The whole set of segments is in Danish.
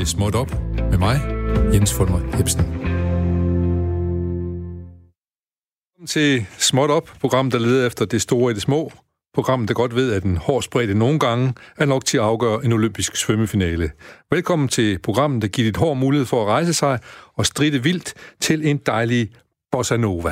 Småt Op med mig, Jens Fulmer Jebsen. Velkommen til Småt Op, programmet, der leder efter det store i det små. Programmet, der godt ved, at en hård spredte nogle gange er nok til at afgøre en olympisk svømmefinale. Velkommen til programmet, der giver dit hår mulighed for at rejse sig og stride vildt til en dejlig bossa nova.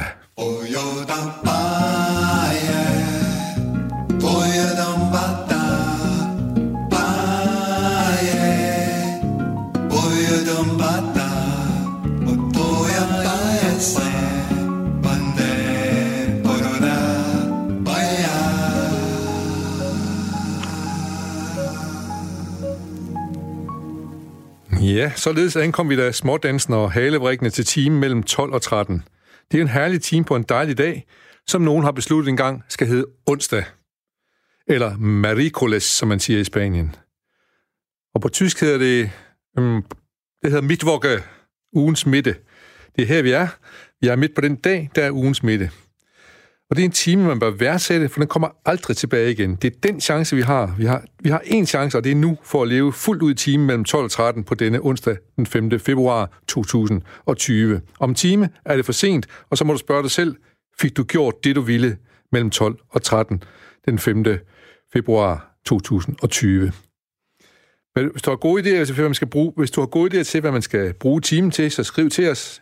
Ja, således ankom vi da smådansende og halevrikkende til timen mellem 12 og 13. Det er en herlig time på en dejlig dag, som nogen har besluttet engang skal hedde onsdag. Eller miércoles, som man siger i Spanien. Og på tysk hedder det hedder Mittwoche, ugens midte. Det er her, vi er. Vi er midt på den dag, der er ugens midte. Og det er en time, man bør værdsætte, for den kommer aldrig tilbage igen. Det er den chance, vi har. Vi har én chance, og det er nu for at leve fuldt ud i timen mellem 12 og 13 på denne onsdag den 5. februar 2020. Om en time er det for sent, og så må du spørge dig selv, fik du gjort det, du ville mellem 12 og 13 den 5. februar 2020? Hvis du har gode idéer til, hvad man skal bruge timen til, så skriv til os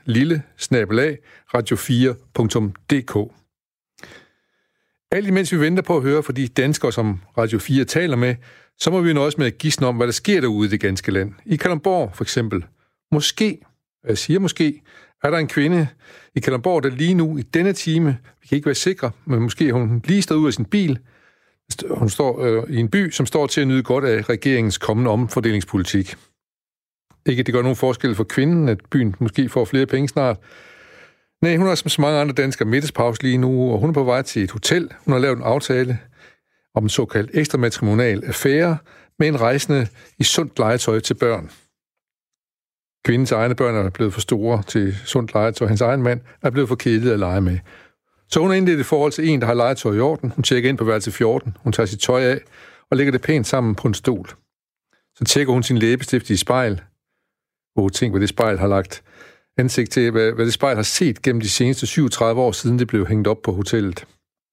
lille@radio4.dk. Alt imens vi venter på at høre fra de danskere, som Radio 4 taler med, så må vi nøjes med at gisne om, hvad der sker derude i det ganske land. I Kalundborg for eksempel. Måske, er der en kvinde i Kalundborg, der lige nu i denne time, vi kan ikke være sikre, men måske hun lige står ud af sin bil. Hun står i en by, som står til at nyde godt af regeringens kommende omfordelingspolitik. Ikke, at det gør nogen forskel for kvinden, at byen måske får flere penge snart. Nej, hun har som så mange andre danskere middagspause lige nu, og hun er på vej til et hotel. Hun har lavet en aftale om en såkaldt ekstramatrimonial affære med en rejsende i sundt legetøj til børn. Kvindens egne børn er blevet for store til sundt legetøj. Hendes egen mand er blevet for kedelig at lege med. Så hun er indledt i forhold til en, der har legetøj i orden. Hun tjekker ind på værelse 14. Hun tager sit tøj af og lægger det pænt sammen på en stol. Så tjekker hun sin læbestift i spejl. Tænk, hvad det spejl har lagt ansigt til, hvad det spejl har set gennem de seneste 37 år siden det blev hængt op på hotellet.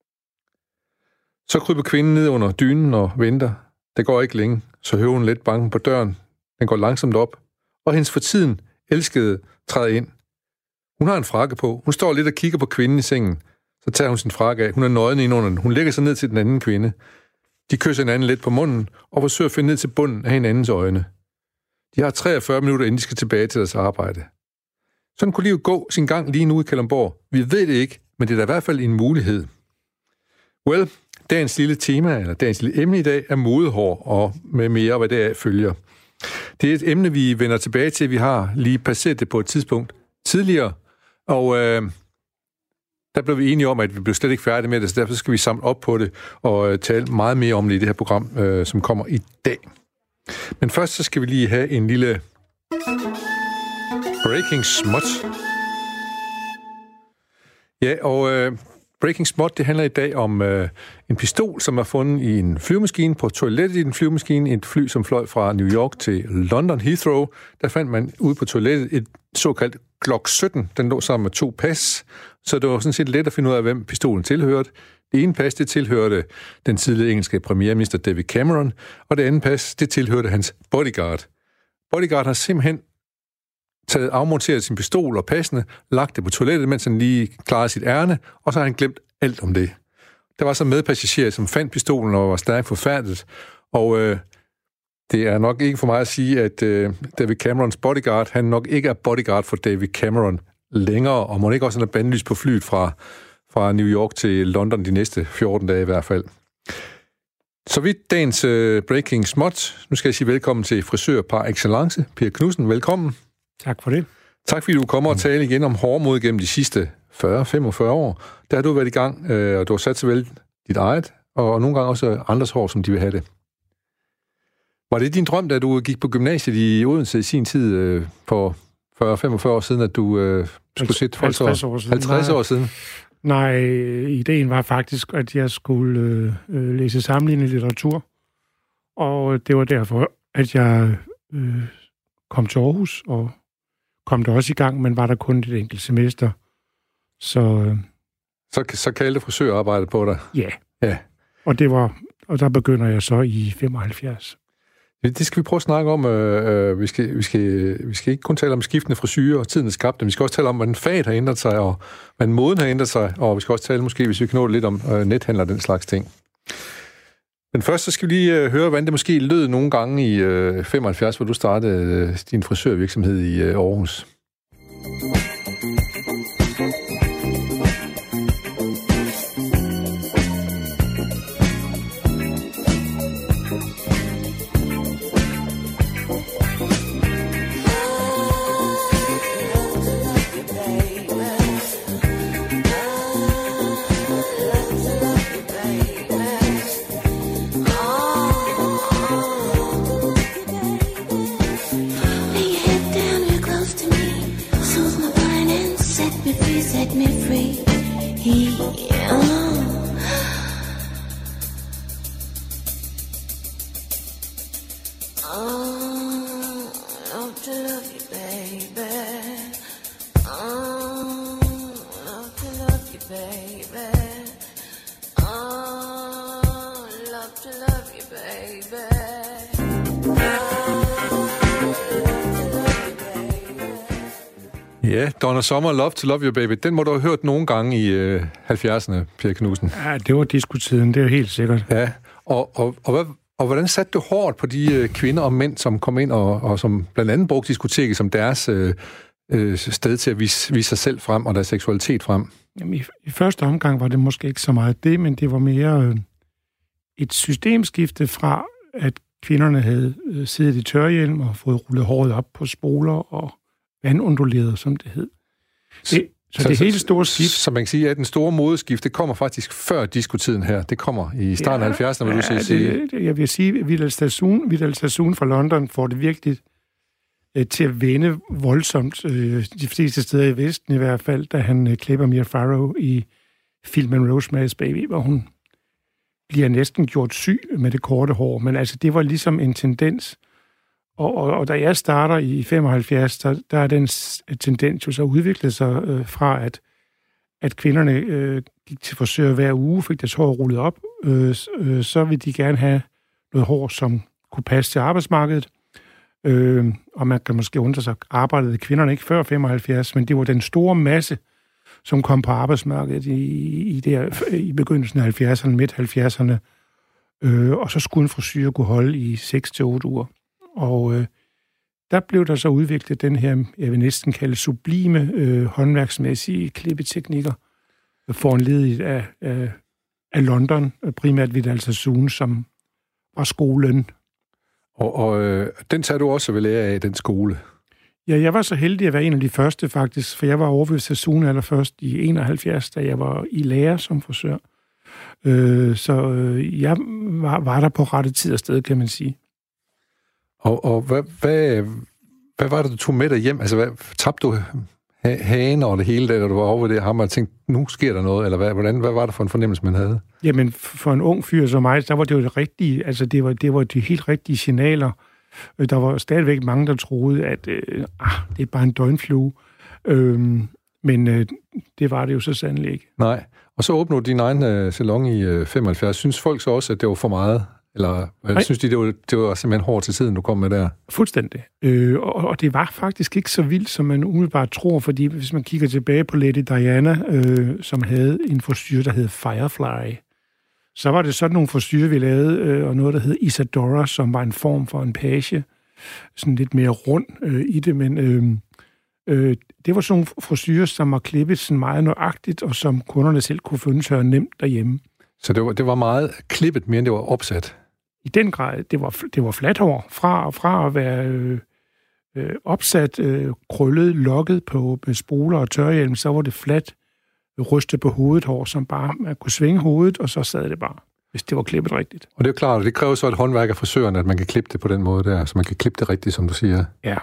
Så kryber kvinden ned under dynen og venter. Det går ikke længe, så hører hun let banken på døren. Den går langsomt op, og hendes for tiden elskede træder ind. Hun har en frakke på. Hun står lidt og kigger på kvinden i sengen. Så tager hun sin frakke af. Hun er nøgen ind under den. Hun lægger sig ned til den anden kvinde. De kysser hinanden lidt på munden og forsøger at finde ned til bunden af hinandens øjne. De har 43 minutter, inden de skal tilbage til deres arbejde. Sådan kunne livet gå sin gang lige nu i Kalundborg. Vi ved det ikke, men det er da i hvert fald en mulighed. Dagens lille tema, eller dagens lille emne i dag, er modehår, og med mere, hvad det er, følger. Det er et emne, vi vender tilbage til. Vi har lige passeret det på et tidspunkt tidligere, og der blev vi enige om, at vi blev slet ikke færdige med det, så derfor skal vi samle op på det og tale meget mere om det i det her program, som kommer i dag. Men først så skal vi lige have en lille Breaking Smut. Ja, og Breaking Smut, det handler i dag om en pistol, som er fundet i en flyvemaskine, på toilettet i den flyvemaskine, et fly, som fløj fra New York til London Heathrow. Der fandt man ude på toilettet et såkaldt Glock 17. Den lå sammen med 2 pas, så det var sådan set let at finde ud af, hvem pistolen tilhørte. Det ene pas, det tilhørte den tidligere engelske premierminister David Cameron, og det andet pas, det tilhørte hans bodyguard. Bodyguard har simpelthen afmonteret sin pistol og passene, lagt det på toilettet, mens han lige klarede sit ærne, og så har han glemt alt om det. Der var så medpassagerer, som fandt pistolen og var stærkt forfærdet, og det er nok ikke for mig at sige, at David Camerons bodyguard, han nok ikke er bodyguard for David Cameron længere, og må ikke også have bandlys på flyet fra New York til London de næste 14 dage i hvert fald. Så vidt dagens Breaking Smut. Nu skal jeg sige velkommen til frisør par excellence, Per Knudsen. Velkommen. Tak for det. Tak fordi du kommer og tale igen om hårmod gennem de sidste 40-45 år. Der har du været i gang, og du har sat såvel dit eget, og nogle gange også andres hår, som de vil have det. Var det din drøm, da du gik på gymnasiet i Odense i sin tid for 40-45 år siden, at du skulle sætte 50 år siden? 50 år siden? Nej, ideen var faktisk, at jeg skulle læse sammenlignende litteratur. Og det var derfor, at jeg kom til Aarhus, og kom der også i gang, men var der kun et enkelt semester. Så kaldte frisørarbejdet på dig? Ja. Og der begynder jeg så i 75. Det skal vi prøve at snakke om. Vi skal ikke kun tale om skiftende frisyrer og tidens skabte, men vi skal også tale om, hvordan faget har ændret sig, og hvordan moden har ændret sig, og vi skal også tale måske, hvis vi kan nå lidt om nethandler og den slags ting. Men først så skal vi lige høre, hvordan det måske lød nogle gange i 75, hvor du startede din frisørvirksomhed i Aarhus. Ja, Donna Summer, Love to Love You Baby, den må du have hørt nogle gange i 70'erne, Per Knudsen. Ja, det var diskotiden, det er helt sikkert. Ja, og hvordan satte du hårdt på de kvinder og mænd, som kom ind og som blandt andet brugte diskoteket som deres sted til at vise sig selv frem og deres seksualitet frem? Jamen, i første omgang var det måske ikke så meget det, men det var mere et systemskifte fra, at kvinderne havde siddet i tørhjelm og fået rullet håret op på spoler og vandunduleret, som det hed. Så det helt store skift... Så man kan sige, at den store modeskift, det kommer faktisk før diskotiden her. Det kommer i starten af 70'erne, vil du sige. Jeg vil sige, at Vidal Sassoon fra London får det virkelig til at vende voldsomt de fleste steder i Vesten i hvert fald, da han klipper Mia Farrow i filmen Rosemary's Baby, hvor hun bliver næsten gjort syg med det korte hår. Men altså, det var ligesom en tendens. Og da jeg starter i 75, der er den tendens jo så udviklet sig fra, at kvinderne gik til frisør hver uge, fik deres hår rullet op, så vil de gerne have noget hår, som kunne passe til arbejdsmarkedet. Og man kan måske undre sig, arbejdede kvinderne ikke før 75, men det var den store masse, som kom på arbejdsmarkedet i begyndelsen af 70'erne, midt 70'erne. Og så skulle en frisyr kunne holde i 6-8 uger. Og der blev der så udviklet den her, jeg vil næsten kalde sublime håndværksmæssige klippeteknikker, foranlediget af London, primært Vidal Sassoon, som var skolen. Og den tager du også vel lære af, den skole? Ja, jeg var så heldig at være en af de første faktisk, for jeg var over ved Sassoon allerførst i 71, da jeg var i lære som frisør. Så jeg var der på rette tid og sted, kan man sige. Og hvad var det, du tog med dig hjem? Altså, tabte du hagen og det hele, da du var over ved det ham, og tænkte, nu sker der noget? Eller hvad var det for en fornemmelse, man havde? Jamen, for en ung fyr som mig, der var det jo det rigtige, altså det var de helt rigtige signaler. Der var stadigvæk mange, der troede, at det er bare en døgnflue. Men det var det jo så sandelig ikke. Nej. Og så åbnede din egen salon i 75. Synes folk så også, at det var for meget? Eller synes de, det var simpelthen hårdt til tiden, du kom med der? Fuldstændig. Og det var faktisk ikke så vildt, som man umiddelbart tror, fordi hvis man kigger tilbage på Lady Diana, som havde en frisyr, der hed Firefly, så var det sådan nogle frisyrer, vi lavede, og noget, der hed Isadora, som var en form for en page, sådan lidt mere rund i det, men det var sådan nogle frisyrer, som var klippet sådan meget nøjagtigt, og som kunderne selv kunne finde sig nemt derhjemme. Så det var meget klippet, mere end det var opsat? I den grad. Det var fladt hår. Fra at være opsat, krøllet, lokket med spoler og tørhjelm, så var det fladt, rystet på hovedet hår, som bare man kunne svinge hovedet, og så sad det bare, hvis det var klippet rigtigt. Og det er jo klart, det kræver så et håndværk af frisøren, at man kan klippe det på den måde der, så man kan klippe det rigtigt, som du siger. Ja.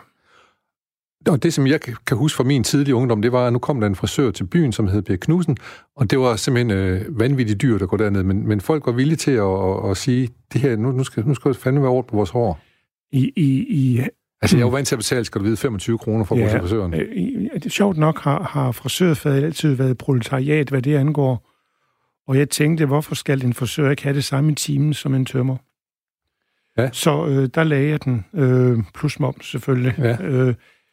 Og det, som jeg kan huske fra min tidlige ungdom, det var, at nu kom der en frisør til byen, som hed Per Knudsen, og det var simpelthen vanvittigt dyrt at gå derned, men folk var villige til at sige, det her, nu skal det fandme være ord på vores hår. I Altså, jeg er jo vant til at betale, skal du vide, 25 kroner for at gå til frisøren. Sjovt nok har frisørfaget altid været proletariat, hvad det angår. Og jeg tænkte, hvorfor skal en frisør ikke have det samme i timen som en tømrer? Ja. Så der lagde jeg den, plus moms selvfølgelig. Ja.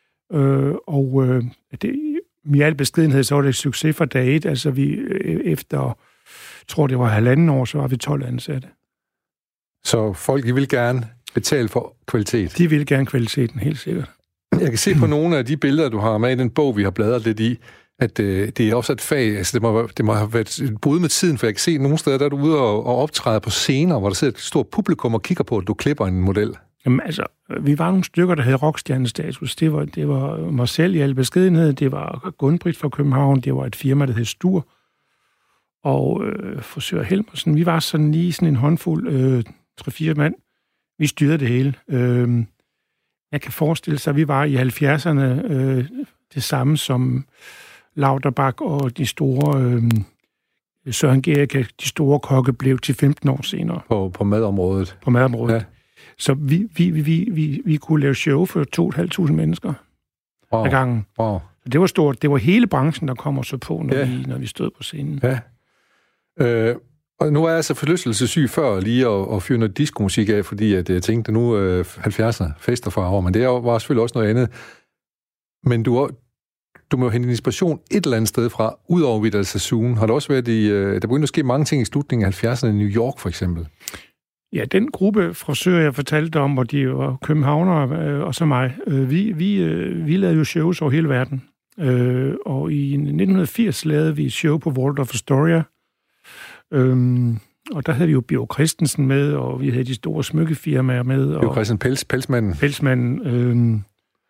I al beskedenhed, så var det et succes fra dag 1. Altså vi efter, tror det var 1,5 år, så var vi 12 ansatte. Så folk, de vil gerne betale for kvalitet? De vil gerne kvaliteten, helt sikkert. Jeg kan se på nogle af de billeder, du har med i den bog, vi har bladret lidt i, at det er også et fag, altså det må have været et brud med tiden, for jeg kan se nogle steder, der er du ude og optræde på scener, hvor der sidder et stort publikum og kigger på, at du klipper en model. Jamen altså, vi var nogle stykker, der havde rockstjernestatus. Det var mig selv i al beskedenhed, det var Gunn-Britt fra København, det var et firma, der hed Stur, og frisør Helmersen. Vi var sådan lige sådan en håndfuld, 3-4 mand. Vi styrede det hele. Jeg kan forestille sig, at vi var i 70'erne det samme som Lauterbach og de store Søren Gericke, de store kokke, blev til 15 år senere. På madområdet? På madområdet. Ja. Så vi kunne lave show for 2.500 mennesker ad gangen. Wow. Så det var stort. Det var hele branchen, der kom så på, når vi stod på scenen. Ja. Og nu er jeg så forlystelsessyg før lige at fyre noget diskomusik af, fordi at jeg tænkte, nu 70'erne fester for år, men det var selvfølgelig også noget andet. Men du må jo hente inspiration et eller andet sted fra, ud over Vidal Sassoon. Har der også været der begyndte at ske mange ting i slutningen af 70'erne i New York, for eksempel? Ja, den gruppe frisører, jeg fortalte om, hvor de var københavnere og så mig, vi lavede jo shows over hele verden. Og i 1980 lavede vi et show på Waldorf Astoria. Og der havde vi jo Bjørn Christensen med, og vi havde de store smykkefirmaer med. Bjørn Christensen, Pelsmanden. Pelsmanden.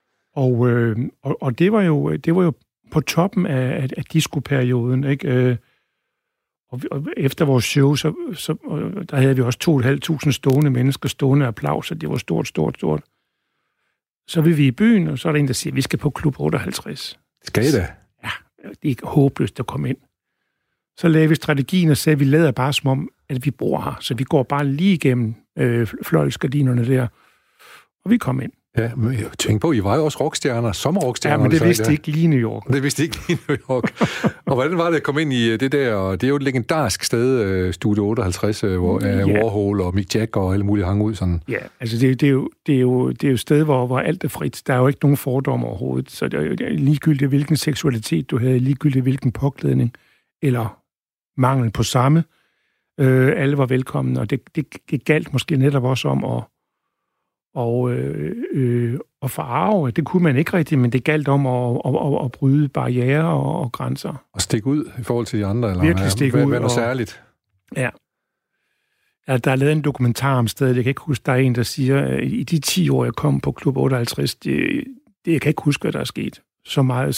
Og det var jo på toppen af disco-perioden, ikke? Og efter vores show, så der havde vi også 2.500 stående mennesker, stående applaus, og det var stort. Så vil vi i byen, og så er der en, der siger, vi skal på Klub 58. Skal I da? Ja, det er ikke håbløst at komme ind. Så lavede vi strategien og sagde, at vi lader bare som om, at vi bor her. Så vi går bare lige igennem fløjlsgardinerne der, og vi kom ind. Ja, men tænk på, I var jo også rockstjerner, sommerrockstjerner. Ja, men det vidste ikke lige New York. Det vidste ikke lige New York. Og hvordan var det at komme ind i det der, og det er jo et legendarisk sted, Studio 58, hvor Warhol og Mick Jagger og alle mulige hang ud sådan. Ja, altså det er jo et sted, hvor alt er frit. Der er jo ikke nogen fordomme overhovedet, så det er ligegyldigt, hvilken seksualitet du havde, ligegyldigt, hvilken påklædning, eller mangel på samme. Alle var velkomne, og det galt måske netop også om at forarve. Det kunne man ikke rigtigt, men det galt om at bryde barrierer og grænser. Og stikke ud i forhold til de andre? Eller virkelig stikke ud. Hvad er særligt? Ja. Der er lavet en dokumentar om stedet. Jeg kan ikke huske, der er en, der siger, at i de 10 år, jeg kom på Klub 58, jeg kan ikke huske, hvad der er sket. Så meget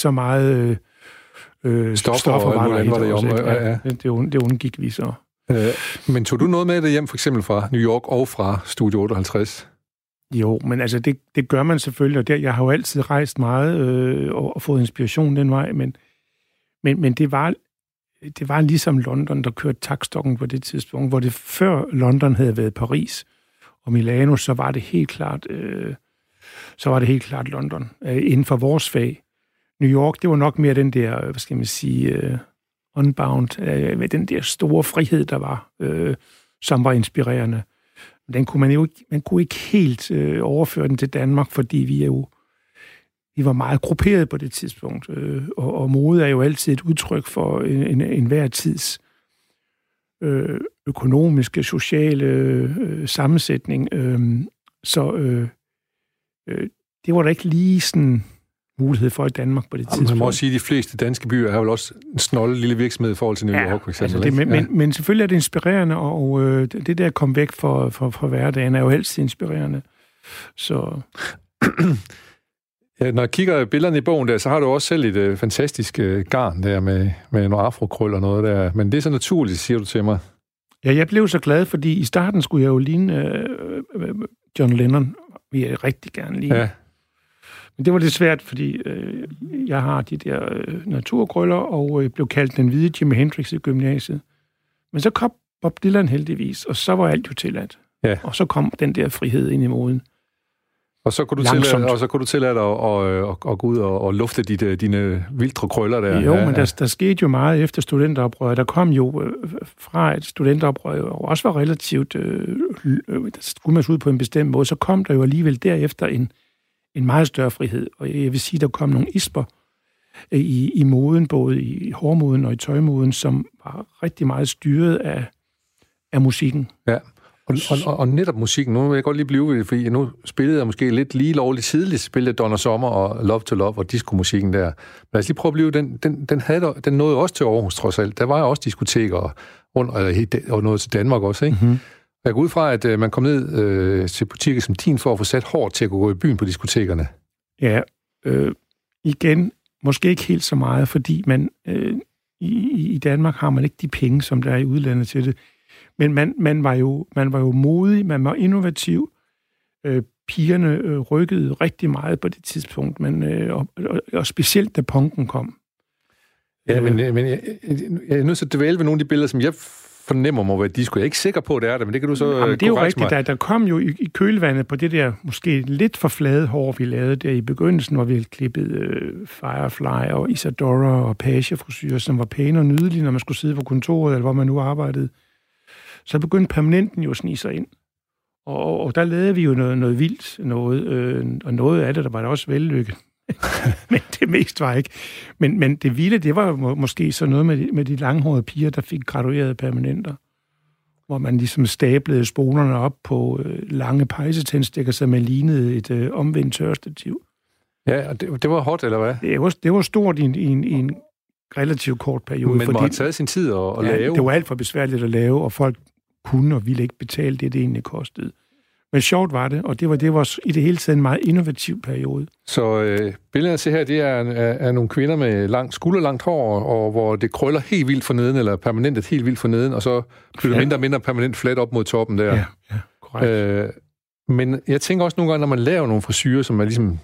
stoffer var der i det undgik vi så. Men tog du noget med det hjem, for eksempel fra New York og fra Studio 58? Jo, men altså det gør man selvfølgelig, og jeg har jo altid rejst meget og fået inspiration den vej, men det var ligesom London, der kørte taktstokken på det tidspunkt, hvor det før London havde været Paris og Milano, så var det helt klart London inden for vores fag. New York, det var nok mere den der, hvad skal man sige, unbound, med den der store frihed, der var, som var inspirerende. Den kunne man kunne ikke helt overføre den til Danmark, fordi vi var meget grupperet på det tidspunkt. Og mode er jo altid et udtryk for en hver tids økonomiske, sociale sammensætning. Så det var der ikke lige sådan mulighed for i Danmark på det tidspunkt. Man må også sige, at de fleste danske byer er vel også en snolle lille virksomhed i forhold til New York, for eksempel. Altså men selvfølgelig er det inspirerende, og det der at komme væk fra hverdagen er jo helst inspirerende. Så... Ja, når jeg kigger billederne i bogen der, så har du også selv et fantastisk garn der med nogle afrokrøl og noget der. Men det er så naturligt, siger du til mig. Ja, jeg blev så glad, fordi i starten skulle jeg jo ligne John Lennon. Vi er rigtig gerne ligne. Ja. Men det var lidt svært, fordi jeg har de der naturkrøller, og blev kaldt den hvide Jimi Hendrix i gymnasiet. Men så kom Bob Dylan heldigvis, og så var alt jo tilladt. Ja. Og så kom den der frihed ind i moden. Og så kunne du tillade dig at gå ud og lufte dine vildre krøller der. Jo, men der skete jo meget efter studenteroprøret. Der kom jo fra et studenteroprør, og også var relativt, der skulle man ud på en bestemt måde, så kom der jo alligevel derefter en meget større frihed. Og jeg vil sige, der kom nogle isper i moden, både i hårmoden og i tøjmoden, som var rigtig meget styret af musikken. Ja. Og netop musikken, nu vil jeg godt lige blive ved, fordi nu spillede jeg måske lidt lige lovligt tidligt, spillede Donna Summer og Love to Love og diskomusikken der. Men lad os lige prøve at blive, den nåede også til Aarhus trods alt. Der var jo også diskoteker rundt, og noget til Danmark også, ikke? Mm-hmm. Jeg går ud fra, at man kom ned til butikker som din for at få sat hårdt til at gå i byen på diskotekerne. Ja, igen, måske ikke helt så meget, fordi man i Danmark har man ikke de penge, som der er i udlandet til det. Men man var jo modig, man var innovativ. Pigerne rykkede rigtig meget på det tidspunkt, og specielt da punken kom. Ja, men jeg er nødt til at dvæle ved nogle af de billeder, som jeg fornemmer må være disco. Jeg er ikke sikker på, at det er det, men det kan du så det er jo rigtigt. Der kom jo i kølvandet på det der måske lidt for flade hår, vi lavede der i begyndelsen, hvor vi klippede Firefly og Isadora og Page-frisyrer, som var pæne og nydelige, når man skulle sidde på kontoret, eller hvor man nu arbejdede. Så begyndte permanenten jo at snige sig ind. Og der lavede vi jo noget vildt, og noget af det, der var da også vellykket. Men det mest var ikke. Men det vilde, det var måske så noget med de langhårede piger, der fik graduerede permanenter. Hvor man ligesom stablede sponerne op på lange pejsetændstikker, så man lignede et omvendt tørstativ. Ja, og det var hot, eller hvad? Det var stort i en relativt kort periode. Men må have taget sin tid at lave. Det var alt for besværligt at lave, og folk kunne og ville ikke betale det egentlig kostede. Men sjovt var det, og det var i det hele taget en meget innovativ periode. Så billedet at se her, det er nogle kvinder med skulderlangt hår, og hvor det krøller helt vildt for neden, eller permanent helt vildt for neden, og så bliver det mindre og mindre permanent flat op mod toppen der. Ja, korrekt. Men jeg tænker også nogle gange, når man laver nogle frisyrer, som er ligesom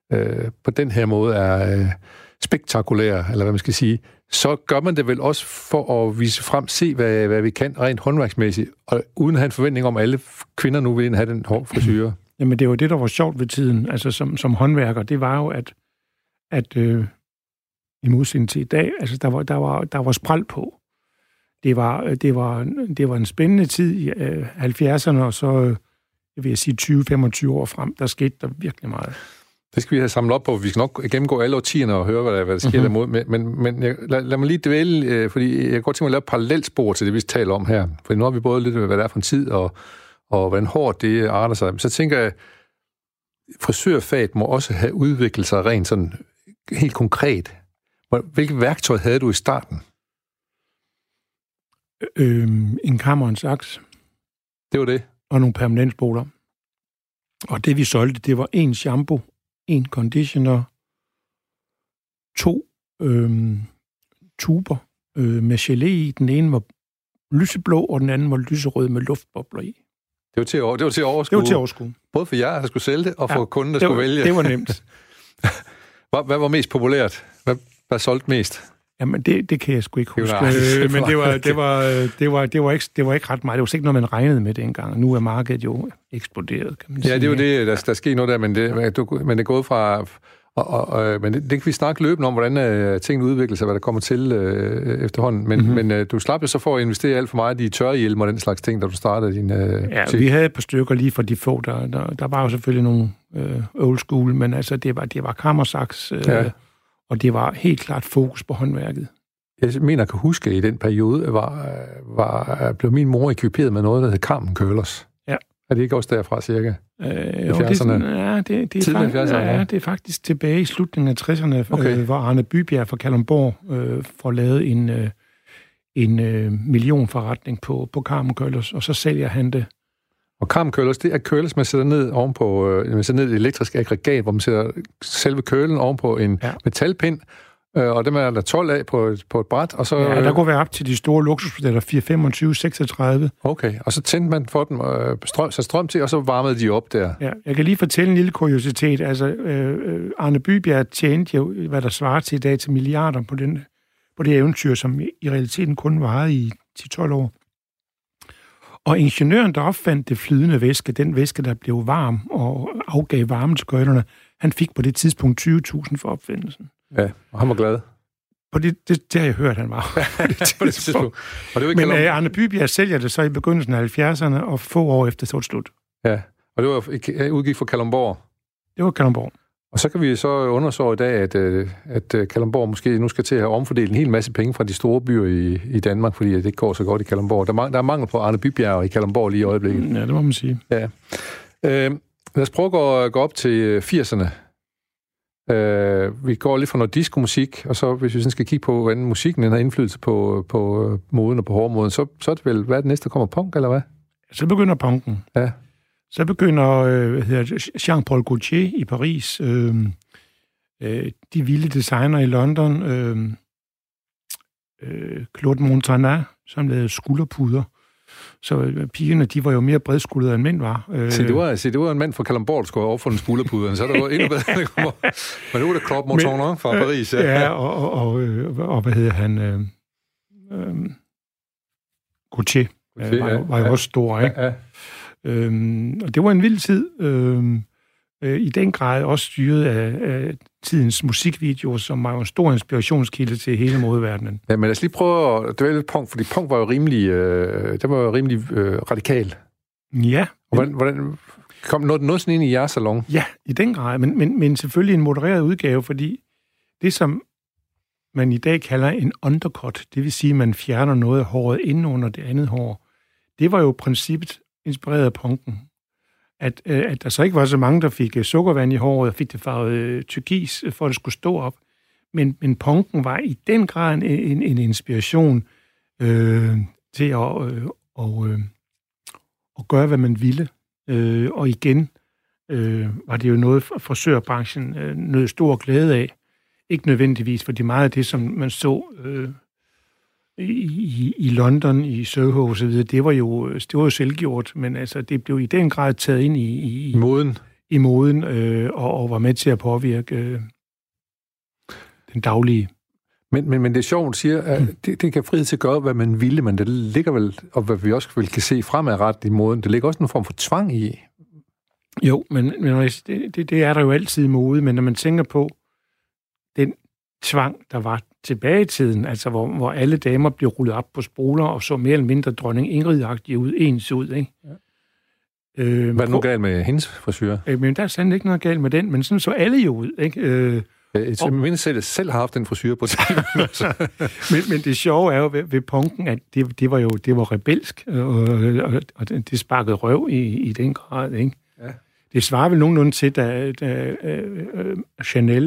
på den her måde er spektakulære, eller hvad man skal sige, så gør man det vel også for at vise frem, se hvad vi kan rent håndværksmæssigt, og uden at have en forventning om, at alle kvinder nu vil have den hårde frisyre. Jamen det var det, der var sjovt ved tiden, altså som håndværker, det var jo, at i modsætning til i dag, altså der var spræl på. Det var en spændende tid i 70'erne, og så jeg vil sige 20-25 år frem, der skete der virkelig meget. Det skal vi have samlet op på. Vi skal nok gennemgå alle årtierne og høre, hvad der sker dermod. Men lad mig lige dvæle, fordi jeg kan godt tænke mig at lave et parallelspor til det, vi taler om her. For nu har vi både lidt, hvad det er for en tid, og hvordan hårdt det arter sig. Så tænker jeg, frisørfaget må også have udviklet sig rent sådan helt konkret. Hvilket værktøj havde du i starten? En kammer og en saks. Det var det? Og nogle permanentspoler. Og det vi solgte, det var 1 shampoo, 1 conditioner, 2 tuber med gelé i. Den ene var lyseblå, og den anden var lyserød med luftbobler i. Det var til at overskue. Det var til at overskue. Både for jer, der skulle sælge det, og for kunden, der skulle vælge. Det var nemt. Hvad var mest populært? Hvad solgte mest? Jamen, det kan jeg sgu ikke huske. Men det var ikke ret meget. Det var ikke noget, man regnede med dengang. Nu er markedet jo eksploderet, kan man sige. Ja, det er jo det, der sker noget der, men det er gået fra... Men det kan vi snakke løbende om, hvordan tingene udvikler sig, hvad der kommer til efterhånden. Men du slap jo så for at investere alt for meget i tørrehjelme og den slags ting, da du startede din... vi havde et par stykker lige for de få. Der var jo selvfølgelig nogle old school, men altså, det var kammersaks, og det var helt klart fokus på håndværket. Jeg mener, jeg kan huske, at i den periode blev min mor ekviperet med noget, der hed Carmen Curlers. Ja. Er det ikke også derfra, cirka? Det er faktisk tilbage i slutningen af 60'erne, hvor Arne Bybjerg fra Kalundborg får lavet en millionforretning på Carmen Curlers, og så sælger han det. Og Carmen Curlers, det er curlers, man sætter ned ovenpå, man sætter ned i et elektrisk aggregat, hvor man sætter selve curlen ovenpå en metalpind, og dem er der 12 af på et bræt, og så... Ja, der kunne være op til de store luksusmodeller, 4, 25, 36. Okay, og så tændte man for dem, strøm til, og så varmede de op der. Ja, jeg kan lige fortælle en lille kuriositet. Altså, Arne Bybjerg tjente jo, hvad der svarer til i dag, til milliarder på det eventyr, som i realiteten kun varede i 10-12 år. Og ingeniøren, der opfandt det flydende væske, den væske, der blev varm og afgav varme til køjlerne, han fik på det tidspunkt 20.000 for opfindelsen. Ja, og han var glad. På det har jeg hørt, han var. På det tidspunkt. Men Arne Bybjerg sælger det så i begyndelsen af 70'erne, og få år efter så slut. Ja, og det var udgik fra Kalundborg. Det var Kalundborg. Og så kan vi så undersøge i dag, at Kalundborg måske nu skal til at omfordele en hel masse penge fra de store byer i Danmark, fordi det ikke går så godt i Kalundborg. Der er mangel på Arne Bybjerg i Kalundborg lige i øjeblikket. Ja, det må man sige. Ja. Lad os prøve at gå op til 80'erne. Vi går lidt fra noget disco-musik, og så hvis vi sådan skal kigge på, hvordan musikken har indflydelse på moden og på hårdmoden, så er det vel, hvad er det næste, kommer punk, eller hvad? Så begynder punken. Ja. Så begynder Jean-Paul Gaultier i Paris, de vilde designer i London, Claude Montana, som lavede skulderpuder. Så pigerne, de var jo mere bredskuldrede, end mænd var. Det var en mand fra Kalundborg, der skulle have opfundet skulderpuderne, så der var endnu bedre, det kommer. Men nu er det Claude Montana fra Paris. Ja, og hvad hedder han? Gaultier var jo også stor, ikke? Ja. Og det var en vild tid. I den grad også styret af tidens musikvideoer, som var en stor inspirationskilde til hele modeverdenen. Ja, men lad os lige prøve at dvæle lidt punk, fordi punk var jo rimelig, radikal. Ja. Og hvordan kom noget sådan ind i jeres salon? Ja, i den grad, men selvfølgelig en modereret udgave, fordi det, som man i dag kalder en undercut, det vil sige, at man fjerner noget af håret inden under det andet hår, det var jo princippet inspireret af punken. At der så ikke var så mange, der fik sukkervand i håret og fik det farvet turkis, for at det skulle stå op. Men punken var i den grad en inspiration til at gøre, hvad man ville. Og igen var det jo noget, frisørbranchen nød stor glæde af. Ikke nødvendigvis, fordi meget af det, som man så i London, i Soho og så videre, det var jo selvgjort, men altså, det blev i den grad taget ind i moden og var med til at påvirke den daglige. Men det er sjovt, du siger, at det kan frihed til at gøre, hvad man ville, men det ligger vel, og hvad vi også vel kan se fremadrettet i moden, det ligger også en form for tvang i. Jo, men det er der jo altid i mode, men når man tænker på den tvang, der var tilbage i tiden, altså hvor alle damer blev rullet op på spoler og så mere eller mindre dronning Ingrid-agtige ud, ens ud, ikke? Ja. Hvad er det nu galt med hendes frisyr? Men der er sandelig ikke noget galt med den, men sådan så alle jo ud, ikke? Jeg mindes selv har haft den frisyr på tiden. men det sjove er jo ved punken, at det var rebelsk, og det sparkede røv i den grad, ikke? Ja. Det svarer vel nogenlunde til, da Chanel,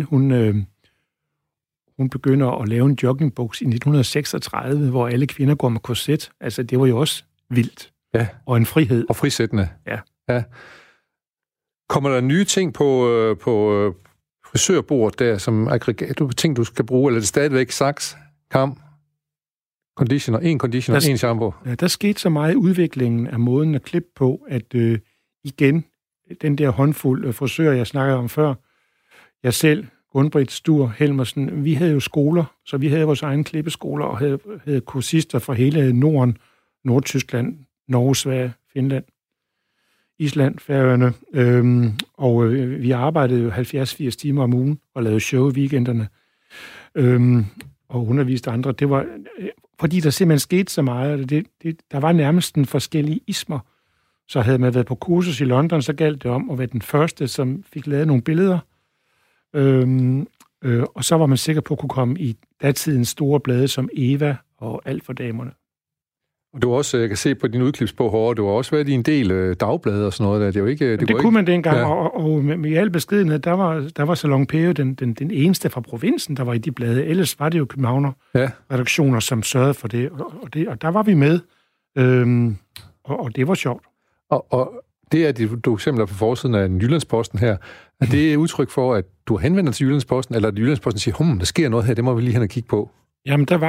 hun begynder at lave en joggingbuks i 1936, hvor alle kvinder går med korset. Altså, det var jo også vildt. Ja. Og en frihed. Og frisættende. Ja. Kommer der nye ting på frisørbordet der, som ting, du skal bruge, eller er det stadigvæk saks, kam, conditioner, en shampoo? Ja, der skete så meget i udviklingen af måden at klippe på, at igen, den der håndfuld frisører, jeg snakkede om før, jeg selv, Gunbritt, Stur, Helmersen, vi havde jo skoler, så vi havde vores egne klippeskoler, og havde kursister fra hele Norden, Nordtyskland, Norge, Sverige, Finland, Island, Færøerne, og vi arbejdede jo 70-80 timer om ugen og lavede show i weekenderne, og underviste andre. Det var, fordi der simpelthen skete så meget, der var nærmest en forskellige ismer. Så havde man været på kursus i London, så galt det om at være den første, som fik lavet nogle billeder, og så var man sikker på at kunne komme i datidens store blade som Eva og Alt for damerne. Og du også, jeg kan se på din udklipsbog herovre, du har også været i en del dagblade og sådan noget der. Det er jo ikke, det kunne man dengang, ja. og med al beskedenhed, der var Salon Peo den eneste fra provinsen, der var i de blade. Ellers var det jo Københavner-redaktioner, som sørgede for det, og der var vi med, og det var sjovt. Og det er du eksempler på forsiden af Jyllandsposten her. Er det udtryk for, at du henvender til Jyllandsposten, eller at Jyllandsposten siger, der sker noget her, det må vi lige hen og kigge på? Jamen, der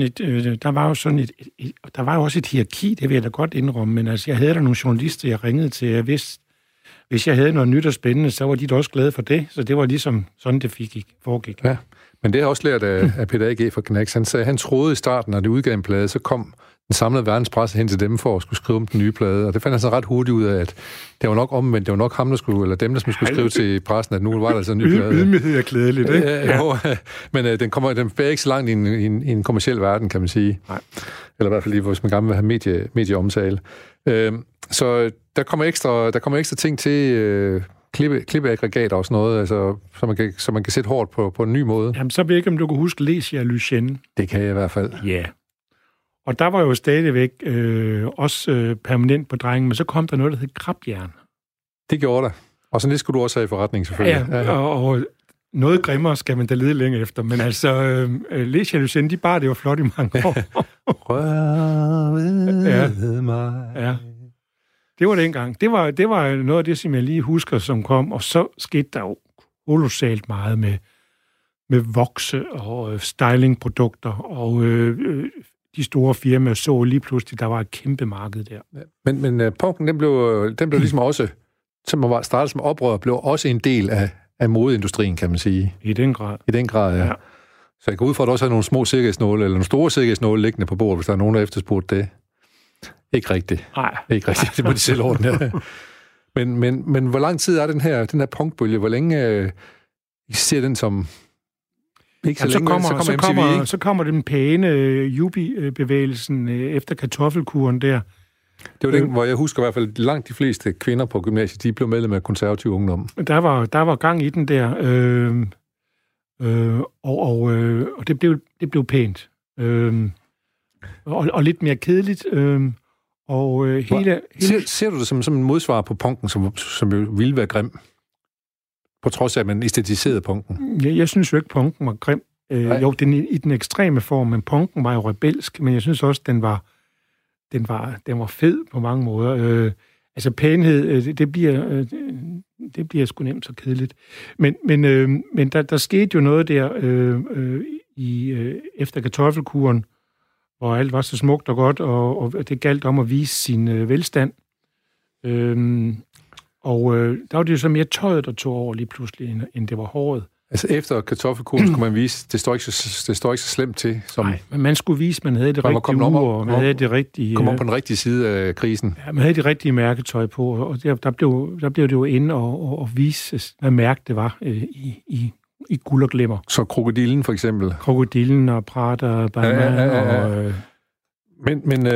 var jo også et hierarki, det vil jeg da godt indrømme, men altså, jeg havde der nogle journalister, jeg ringede til, jeg vidste, hvis jeg havde noget nyt og spændende, så var de da også glade for det, så det var ligesom sådan, det foregik. Ja, men det har jeg også lært af Peter A.G. fra Knacks. Han sagde, han troede i starten, når det udgav en plade, så kom samlede verdenspresse hen til dem for at skulle skrive om den nye plade. Og det fandt han så ret hurtigt ud af, at det var nok omvendt. Det var nok ham, der skulle, eller dem, der skulle skrive til pressen, at nu var der altså en ny plade. Ydmyghed er klædeligt, ikke? Ja. Men den bærer ikke så langt i en kommerciel verden, kan man sige. Nej. Eller i hvert fald lige, hvis man gerne vil have medieomtale. Så der kommer ekstra ting til klippeaggregater og sådan noget, altså, så man kan sætte hårdt på en ny måde. Jamen, så ved jeg ikke, om du kan huske Lecia Lucien. Det kan jeg i hvert fald. Ja. Yeah. Og der var jo stadigvæk også permanent på drengen, men så kom der noget, der hed krabjern. Det gjorde der. Og sådan det skulle du også have i forretning, selvfølgelig. Ja. Og noget grimmere skal man da lede længe efter, men altså, Lecia Lucien, de bar det jo flot i mange år. Rør ved mig. Ja. Det var dengang. Det var noget af det, som jeg lige husker, som kom, og så skete der jo kolossalt meget med vokse og stylingprodukter, og de store firmaer så lige pludselig, der var et kæmpe marked der. Ja. Men punken, den blev ligesom også, som var startet som oprør, blev også en del af modeindustrien, kan man sige. I den grad. I den grad, ja. Så jeg går ud fra, at der også er nogle små sikkerhedsnåle, eller nogle store sikkerhedsnåle liggende på bordet, hvis der er nogen, der efterspurgt det. Ikke rigtigt. Nej. Ikke rigtigt, det må de selv ordne. Men hvor lang tid er den her punkbølge? Hvor længe ser den som... Ikke så længe, så kommer den pæne Jubi-bevægelsen efter kartoffelkuren der. Det var den, hvor jeg husker i hvert fald, langt de fleste kvinder på gymnasiet, de blev medlem af konservativ ungdom. Der var gang i den der, og det blev pænt. Og lidt mere kedeligt. Ser du det som en modsvar på punken, som jo ville være grim? På trods af, at man æstetiserede punken? Jeg synes jo ikke, punken var grim. Jo, i den ekstreme form, men punken var jo rebelsk, men jeg synes også, den var fed på mange måder. Altså pænhed, det bliver sgu nemt så kedeligt. Men der skete jo noget der efter kartoffelkuren, hvor alt var så smukt og godt, og det galt om at vise sin velstand. Der var det jo så mere tøjet, der tog over lige pludselig, end det var håret. Altså efter kartoffelkuren skulle man vise, det står ikke så slemt til. Som... Nej, men man skulle vise, man havde det rigtige ur, og man havde det rigtige... Kom om på den rigtige side af krisen. Ja, man havde det rigtige mærketøj på, og der blev det jo inde og vise, hvad mærke det var i guld og glimmer. Så krokodillen for eksempel? Krokodillen og Prada og Balmain og... Men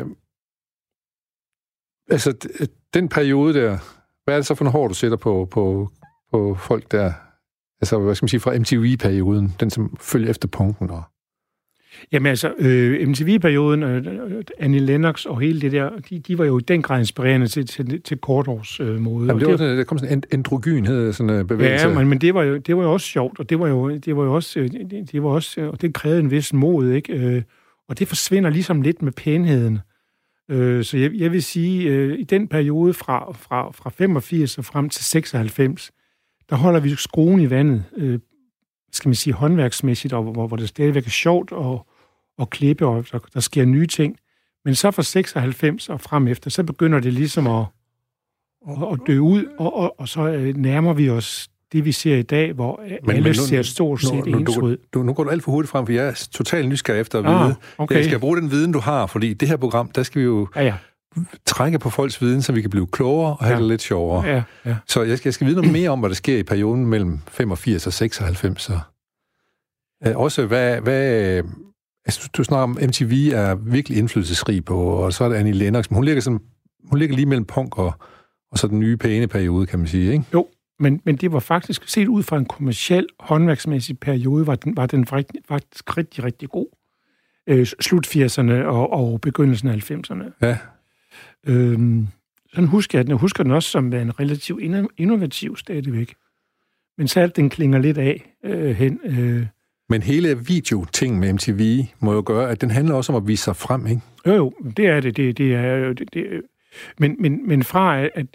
altså, den periode der, hvad er det så for en hår, du sætter på folk der? Altså, hvad skal man sige, fra MTV-perioden, den som følger efter punken og... Jamen altså, MTV-perioden, Annie Lennox og hele det der, de var jo i den grad inspirerende til korthårsmode. Jamen, der kom sådan en androgyn, hed sådan en bevægelse. Ja, men det var jo også sjovt, og det var også, og det krævede en vis mod, ikke? Og det forsvinder ligesom lidt med pænheden. Så jeg vil sige, i den periode fra 85 og frem til 96, der holder vi skruen i vandet, skal man sige, håndværksmæssigt, og hvor det stadigvæk er sjovt at klippe, og der sker nye ting. Men så fra 96 og frem efter, så begynder det ligesom at dø ud, og så nærmer vi os det, vi ser i dag, hvor alle ser stort set ens ud. Nu går du alt for hurtigt frem, for jeg er totalt nysgerrig efter at vide. Okay. Jeg skal bruge den viden, du har, fordi i det her program, der skal vi jo trække på folks viden, så vi kan blive klogere og have det lidt sjovere. Ja. Så jeg skal vide noget mere om, hvad der sker i perioden mellem 85 og 96. Også hvad altså, du snakker om, MTV er virkelig indflydelsesrig på, og så er det Annie Lennox, men hun ligger lige mellem punk og så den nye pæne periode, kan man sige, ikke? Jo, men det var faktisk, set ud fra en kommerciel, håndværksmæssig periode, var den faktisk rigtig, rigtig god. Slut 80'erne og begyndelsen af 90'erne. Ja. Sådan husker jeg den. Jeg husker den også som en relativt innovativ stadigvæk. Men så den klinger lidt af hen. Men hele videoting med MTV må jo gøre, at den handler også om at vise sig frem, ikke? Jo, det er det. Det er det. Men fra at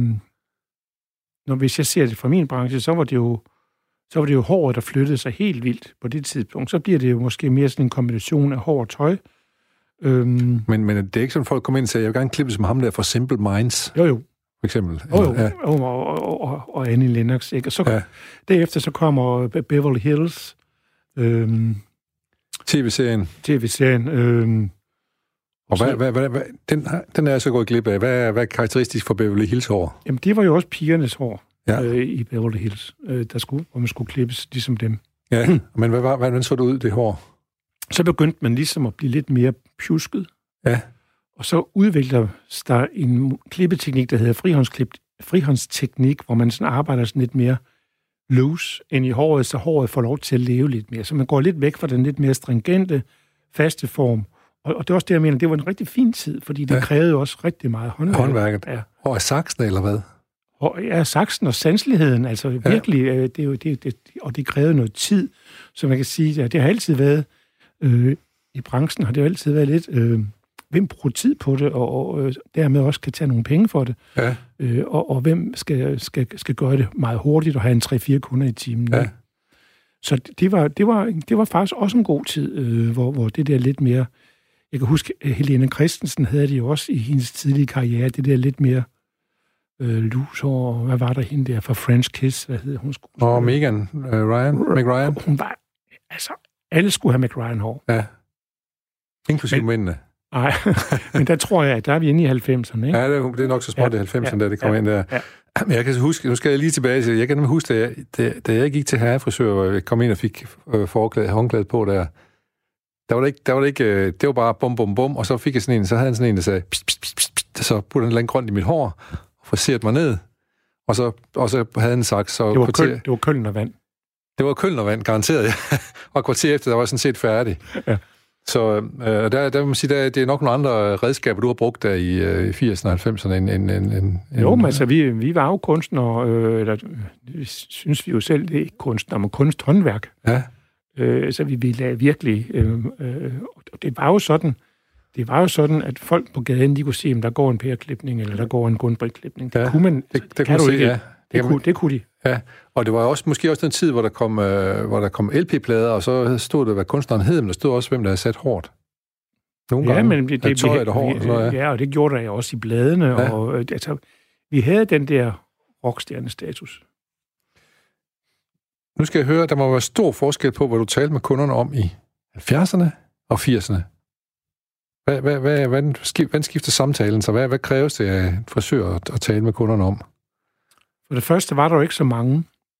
hvis jeg ser det fra min branche, så var det jo håret, der flyttede sig helt vildt på det tidspunkt. Så bliver det jo måske mere sådan en kombination af hår og tøj. Men det er ikke sådan, folk kommer ind og siger, jeg vil gerne klippe som ham der fra Simple Minds. Jo. For eksempel. Og Annie Lennox, ikke? Og så derefter så kommer Beverly Hills. TV-serien. Og den er jeg så gået glip af. Hvad er karakteristisk for Beverly Hills hår? Jamen, det var jo også pigernes hår i Beverly Hills, hvor man skulle klippes ligesom dem. Ja, men hvordan så det ud, det hår? Så begyndte man ligesom at blive lidt mere pjusket. Ja. Og så udvikler der en klippeteknik, der hedder frihåndsteknik, hvor man sådan arbejder sådan lidt mere loose ind i håret, så håret får lov til at leve lidt mere. Så man går lidt væk fra den lidt mere stringente, faste form. Og det er også det, jeg mener, det var en rigtig fin tid, fordi det krævede jo også rigtig meget håndværk. Håndværket. Ja. Og saksen, eller hvad? Og saksen og sanseligheden, altså virkelig, og det krævede noget tid. Så man kan sige, at det har altid været, i branchen har det jo altid været lidt, hvem bruger tid på det, og dermed også kan tage nogle penge for det. Ja. Og hvem skal gøre det meget hurtigt og have en 3-4 kunder i timen. Ja. Så det var faktisk også en god tid, hvor det der lidt mere... Jeg kan huske, Helene Christensen havde det jo også i hendes tidlige karriere, det der lidt mere lushår, hvad var der hende der fra French Kiss, hvad hed hun? Og Megan McRyan. Hun var, altså, alle skulle have McRyan-hår. Ja. Inklusive mændene. Nej, men der tror jeg, at der er vi inde i 90'erne, ikke? Ja, det er nok så småt i 90'erne, da det kom ind der. Ja. Men jeg kan huske, nu skal jeg lige tilbage til, jeg kan nemlig huske, da jeg gik til herrefrisør, og jeg kom ind og fik håndklædet på der, det var bare bum, bum, bum, og så fik jeg sådan en, så havde han sådan en, der sagde, pst, pst, pst, pst, så puttede han lidt grønt i mit hår, og friserede mig ned, og så havde han sagt, så... Det var Køln og vand. Det var Køln og vand, garanteret, ja. Og kvarter efter, der var sådan set færdig. Ja. Så der vil man sige, det er nok nogle andre redskaber, du har brugt der i 80'erne og 90'erne end jo, men altså, vi var jo kunstnere, eller synes vi jo selv, det er ikke kunstnere, men kunsthåndværk. Ja. Så vi lavede virkelig... det var jo sådan, at folk på gaden, de kunne se, om der går en pæreklipning, eller der går en Gunbrick-klipning. Det kunne man... Det kan du ikke. Ja. Det kunne de. Ja, og det var måske også den tid, hvor der kom LP-plader, og så stod der, hvad kunstneren hed, men der stod også, hvem der havde sat hårdt. Nogle gange. Men og det gjorde der jo også i bladene, ja. Og altså, vi havde den der rockstjernestatus. Nu skal jeg høre, der må være stor forskel på, hvad du talte med kunderne om i 70'erne og 80'erne. Hvordan skifter samtalen så? Hvad kræves det af en frisør at tale med kunderne om? For det første var der jo ikke så mange,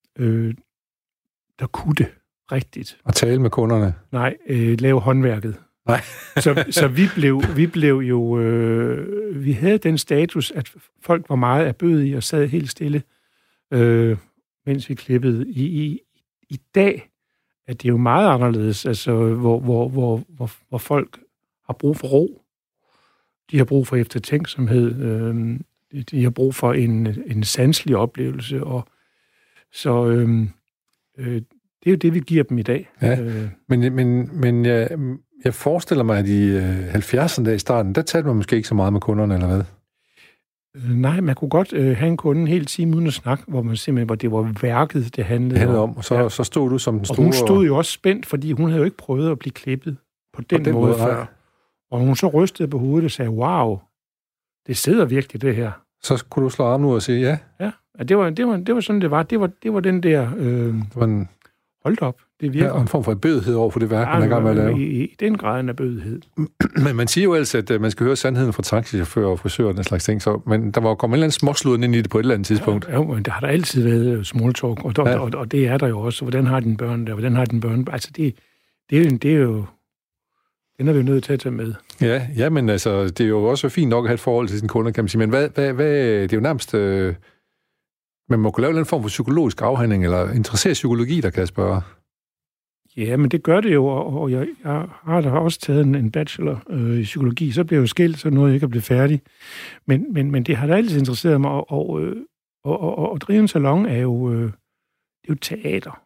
der kunne det rigtigt. At tale med kunderne? Nej, lave håndværket. Nej. så vi blev jo... vi havde den status, at folk var meget erbødige og sad helt stille, mens vi klippede. I dag er det jo meget anderledes, altså, hvor folk har brug for ro. De har brug for eftertænksomhed. De har brug for en sanselig oplevelse. Og så det er jo det, vi giver dem i dag. Ja, men jeg forestiller mig, at i 70'erne der i starten, der talte man måske ikke så meget med kunderne, eller hvad? Nej, man kunne godt have en kunde en hel time uden at snakke, hvor det var værket, det handlede om. Og så stod du som den store... Og hun stod jo også spændt, fordi hun havde jo ikke prøvet at blive klippet på den måde før. Og hun så rystede på hovedet og sagde, wow, det sidder virkelig, det her. Så kunne du slå armen ud og sige ja? Ja, det var sådan, det var. Det var den der... hold op, det virker. Ja, en form for bødighed over for det værk, man er i gang med at lave. I den grad af bødighed. Men man siger jo altså, at man skal høre sandheden fra taxichauffører og frisører og den slags ting, men der var kommet en eller anden småsluden ind i det på et eller andet tidspunkt. Ja, men der har der altid været small talk, og det er der jo også. Hvordan har din børn der? Hvordan har din børn? Altså, det er jo... Den er vi jo nødt til at tage med. Ja, men altså, det er jo også fint nok at have et forhold til sine kunder, kan man sige. Men hvad det er jo nærmest... man må kunne lave en form for psykologisk afhandling, eller interessere psykologi, der kan jeg spørge. Ja, men det gør det jo, og jeg har da også taget en bachelor i psykologi. Så blev jeg jo skilt, så nåede jeg ikke at blive færdig. Men det har da altid interesseret mig, og drive en salon er jo teater.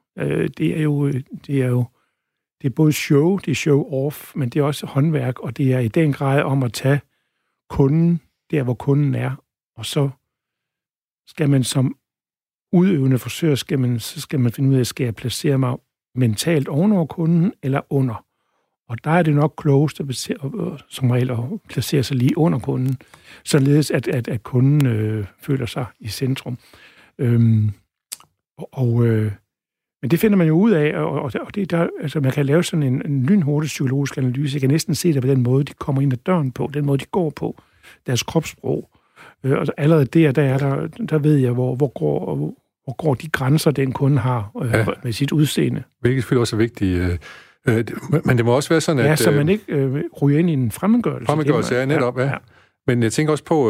Det er både show, det er show-off, men det er også håndværk, og det er i den grad om at tage kunden der, hvor kunden er, og så skal man som udøvende frisør, så skal man finde ud af, skal jeg placere mig mentalt ovenover kunden eller under. Og der er det nok klogest som regel at placere sig lige under kunden, således at kunden føler sig i centrum. Men det finder man jo ud af, og det der, altså man kan lave sådan en lynhurtig psykologisk analyse. Jeg kan næsten se det på den måde, de kommer ind ad døren på, den måde, de går på, deres kropssprog. Og allerede der ved jeg, hvor går de grænser, den kunde har med sit udseende. Hvilket selvfølgelig også er vigtigt. Men det må også være sådan, at... Ja, så man ikke ryger ind i en fremmedgørelse. Fremmedgørelse, ja, netop, ja. Men jeg tænker også på,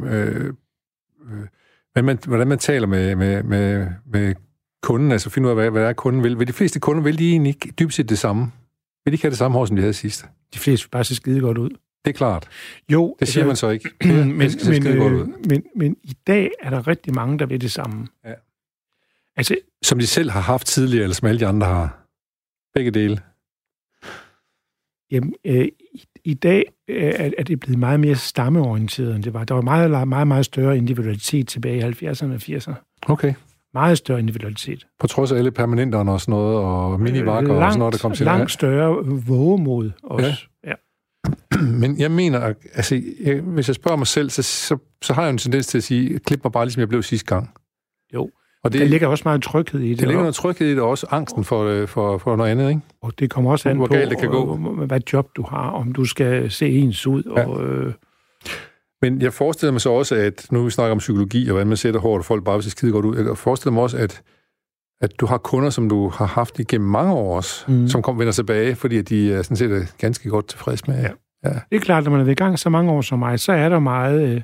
hvordan man taler med kunden, altså finde ud af, hvad er kunden vil. Vil de fleste kunder, vil de egentlig ikke dybest set det samme? Vil de ikke have det samme hår, som de havde sidst? De fleste vil bare se skide godt ud. Det er klart. Jo. Det siger man så ikke. Men i dag er der rigtig mange, der vil det samme. Ja. Altså, som de selv har haft tidligere, eller som alle de andre har. Begge dele. Jamen, i dag er det blevet meget mere stammeorienteret, end det var. Der var meget, meget, meget større individualitet tilbage i 70'erne og 80'erne. Okay. Meget større individualitet. På trods af alle permanenterne og sådan noget, og minivakker og sådan noget, der kom til. Langt større vågemod også. Ja. Men jeg mener, altså, hvis jeg spørger mig selv, så har jeg en tendens til at sige, klip mig bare, ligesom jeg blev sidste gang. Jo. Og der ligger også meget tryghed i det. Der ligger noget tryghed i det, og også angsten for noget andet, ikke? Og det kommer også an på, galt det kan gå. Hvad job du har, om du skal se ens ud. Ja. Men jeg forestiller mig så også, at nu vi snakker om psykologi, og hvordan man sætter hårdt, og folk bare vil se skide godt ud. Jeg forestiller mig også, at du har kunder, som du har haft igennem mange år også, som vender tilbage, fordi at de er sådan set ganske godt tilfreds med. Ja. Ja. Det er klart, når man er ved i gang så mange år som mig, så er der meget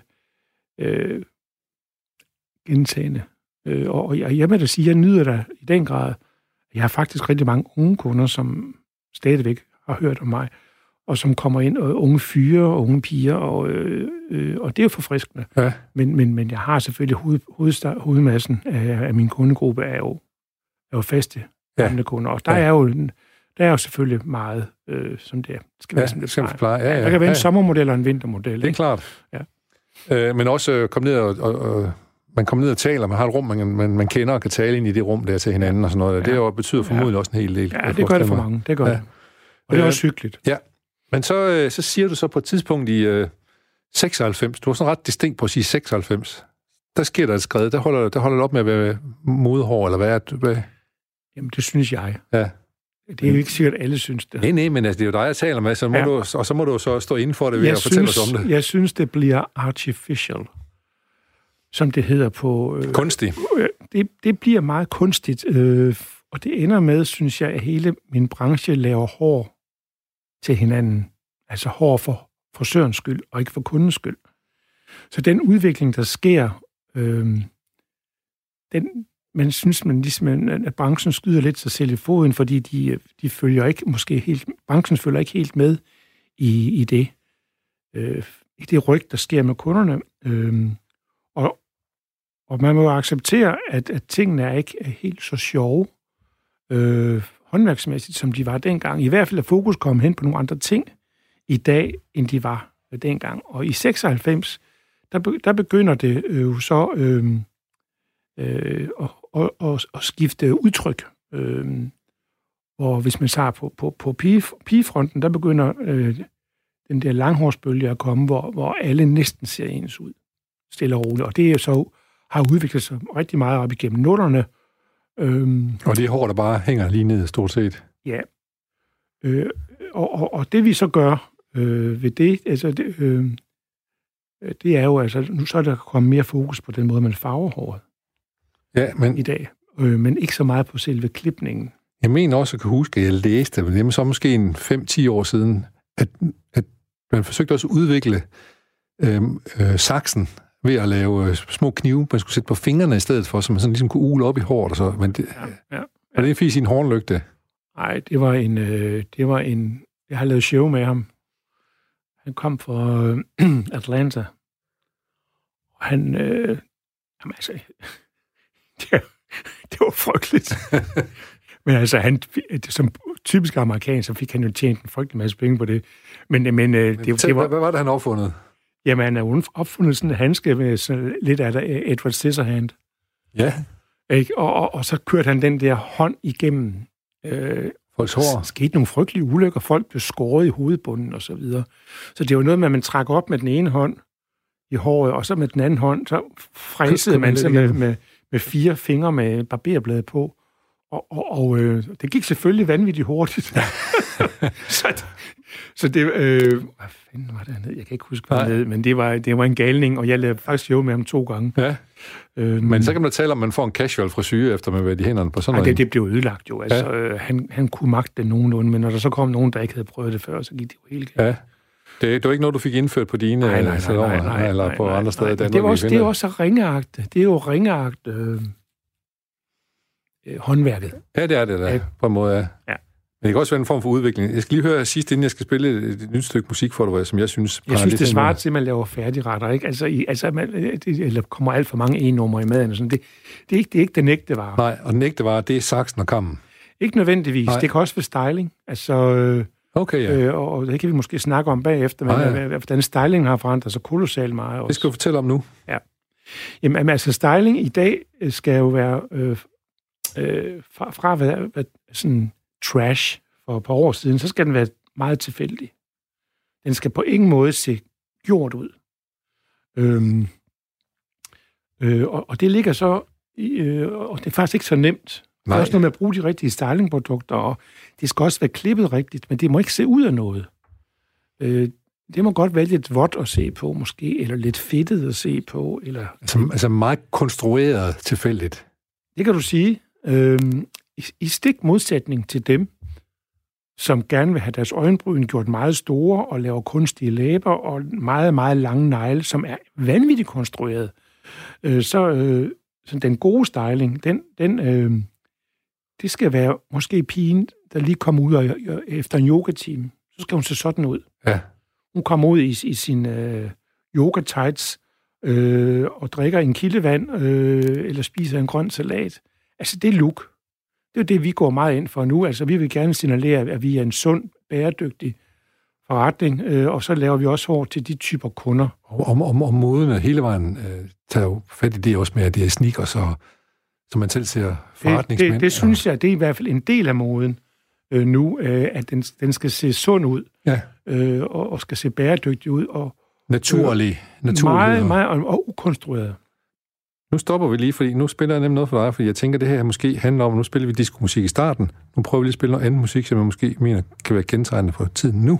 gentagende. Og jeg vil da sige, at jeg nyder det i den grad. Jeg har faktisk rigtig mange unge kunder, som stadigvæk har hørt om mig, og som kommer ind, og unge fyre og unge piger, og det er jo forfriskende. Ja. Men jeg har selvfølgelig hovedmassen af min kundegruppe er jo faste gamle kunder, og der er jo selvfølgelig meget, som det skal være, som det plejer. Ja, der kan være en sommermodel og en vintermodel. Det er klart. Ja. Men også komme ned og man kommer ned og taler, man har et rum, man kender og kan tale ind i det rum der til hinanden og sådan noget. Ja. Det jo betyder formodentlig også en hel del. Ja, det gør det for mange. Det gør det. Og det er også hyggeligt. Ja. Men så siger du så på et tidspunkt i 96, du var sådan ret distinkt på at sige 96. Der sker der et skred. Der holder det op med at være modehår, eller hvad? Jamen, det synes jeg. Ja. Det er jo ikke sikkert, at alle synes det. Nej, men altså, det er jo dig, jeg taler med, så må du så stå inden for det ved at fortælle os om det. Jeg synes, det bliver artificial, som det hedder på... Kunstig. Det bliver meget kunstigt, og det ender med, synes jeg, at hele min branche laver hår til hinanden. Altså hår for frisørens skyld, og ikke for kundens skyld. Så den udvikling, der sker, man synes, at branchen skyder lidt sig selv i foden, fordi de følger ikke måske helt... Branchen følger ikke helt med i det. I det ryg, der sker med kunderne. Og man må jo acceptere, at tingene er ikke helt så sjove håndværksmæssigt, som de var dengang. I hvert fald er fokus kommet hen på nogle andre ting i dag, end de var dengang. Og i 96, der begynder det jo så at skifte udtryk. Og hvis man tager på pigefronten, der begynder den der langhårsbølge at komme, hvor alle næsten ser ens ud. Stille og roligt. Og det er så har udviklet sig rigtig meget op igennem nullerne. Og det er hår, der bare hænger lige ned, stort set. Ja. Og det vi så gør ved det, altså det er jo, altså nu så er der kommet mere fokus på den måde, man farver håret i dag. Men ikke så meget på selve klipningen. Jeg mener også, at jeg kan huske, at jeg læste, men det er så måske en 5-10 år siden, at man forsøgte også at udvikle saksen ved at lave små knive, man skulle sætte på fingrene i stedet for, så man sådan ligesom kunne ule op i håret og så. Men det, var det en fis i en hornlygte? Nej, det var en... Jeg har lavet show med ham. Han kom fra Atlanta. Og han... jamen altså... det var frygteligt. Men altså, han, som typisk amerikaner, så fik han jo tjent en frygtelig masse penge på det. Men det var... Hvad var det, han opfundet? Jamen, han har opfundet sådan en handske med sådan lidt af Edward Scissorhand. Ja. Ikke? Og så kørte han den der hånd igennem. Folks hår. Skete nogle frygtelige ulykker. Folk blev skåret i hovedbunden og så videre. Så det var noget med, at man trak op med den ene hånd i håret, og så med den anden hånd, så fræsede man så med 4 fingre med barberblade på, Og det gik selvfølgelig vanvittigt hurtigt. så det... hvad fanden var det hernede? Jeg kan ikke huske, hvad det hed, men det var en galning, og jeg lavede faktisk show med ham 2 gange. Ja. Men så kan man tale om, man får en casual frisyre efter med været i hænderne på sådan noget. Det blev ødelagt jo. Altså, han kunne magte det nogenlunde, men når der så kom nogen, der ikke havde prøvet det før, så gik det jo helt galt. Ja. Det var ikke noget, du fik indført på dine saloner, eller på andre steder i Danmark? Det er også ringeagtigt. Det er jo ringeagtigt håndværket. Ja, det er det da, på en måde, ja. Men det kan også være en form for udvikling. Jeg skal lige høre sidst, inden jeg skal spille et nyt stykke musik for dig, som jeg synes... Jeg synes, det svarer til, at man laver færdigretter, ikke? Eller kommer alt for mange e-numre i maden. Og sådan. Det er ikke den ægte vare. Nej, og den ægte vare, det er saksen og kammen. Ikke nødvendigvis. Nej. Det kan også være styling. Altså... Okay, ja. Og det kan vi måske snakke om bagefter, men hvordan styling har forandret sig kolossalt meget også. Det skal du fortælle om nu. Ja. Jamen, altså, styling i dag skal jo være fra at være sådan trash for et par år siden, så skal den være meget tilfældig. Den skal på ingen måde se gjort ud. Og det ligger så og det er faktisk ikke så nemt. Det er også noget med at bruge de rigtige stylingprodukter, og det skal også være klippet rigtigt, men det må ikke se ud af noget. Det må godt være lidt vådt at se på, måske, eller lidt fedtet at se på. Eller... Altså meget konstrueret tilfældigt. Det kan du sige. I stik modsætning til dem, som gerne vil have deres øjenbryn gjort meget store, og laver kunstige læber, og meget, meget lange negle, som er vanvittigt konstrueret. Så den gode styling, det skal være måske pigen, der lige kommer ud efter en yogatime. Så skal hun se sådan ud. Ja. Hun kommer ud i sin yoga-tights og drikker en kildevand eller spiser en grøn salat. Altså, det look. Det er jo det, vi går meget ind for nu. Altså, vi vil gerne signalere, at vi er en sund, bæredygtig forretning, og så laver vi også hår til de typer kunder. Og moden hele vejen tager jo fat i det også med, at det er sneakers, og som man selv ser forretningsmænd. Det synes jeg, det er i hvert fald en del af moden nu, at den skal se sund ud, og skal se bæredygtig ud. Og, naturlig. Meget og ukonstrueret. Nu stopper vi lige, fordi nu spiller jeg nemlig noget for dig, fordi jeg tænker, det her måske handler om, nu spiller vi diskomusik i starten. Nu prøver vi lige at spille noget andet musik, som jeg måske mener kan være kendetegnende for tiden nu.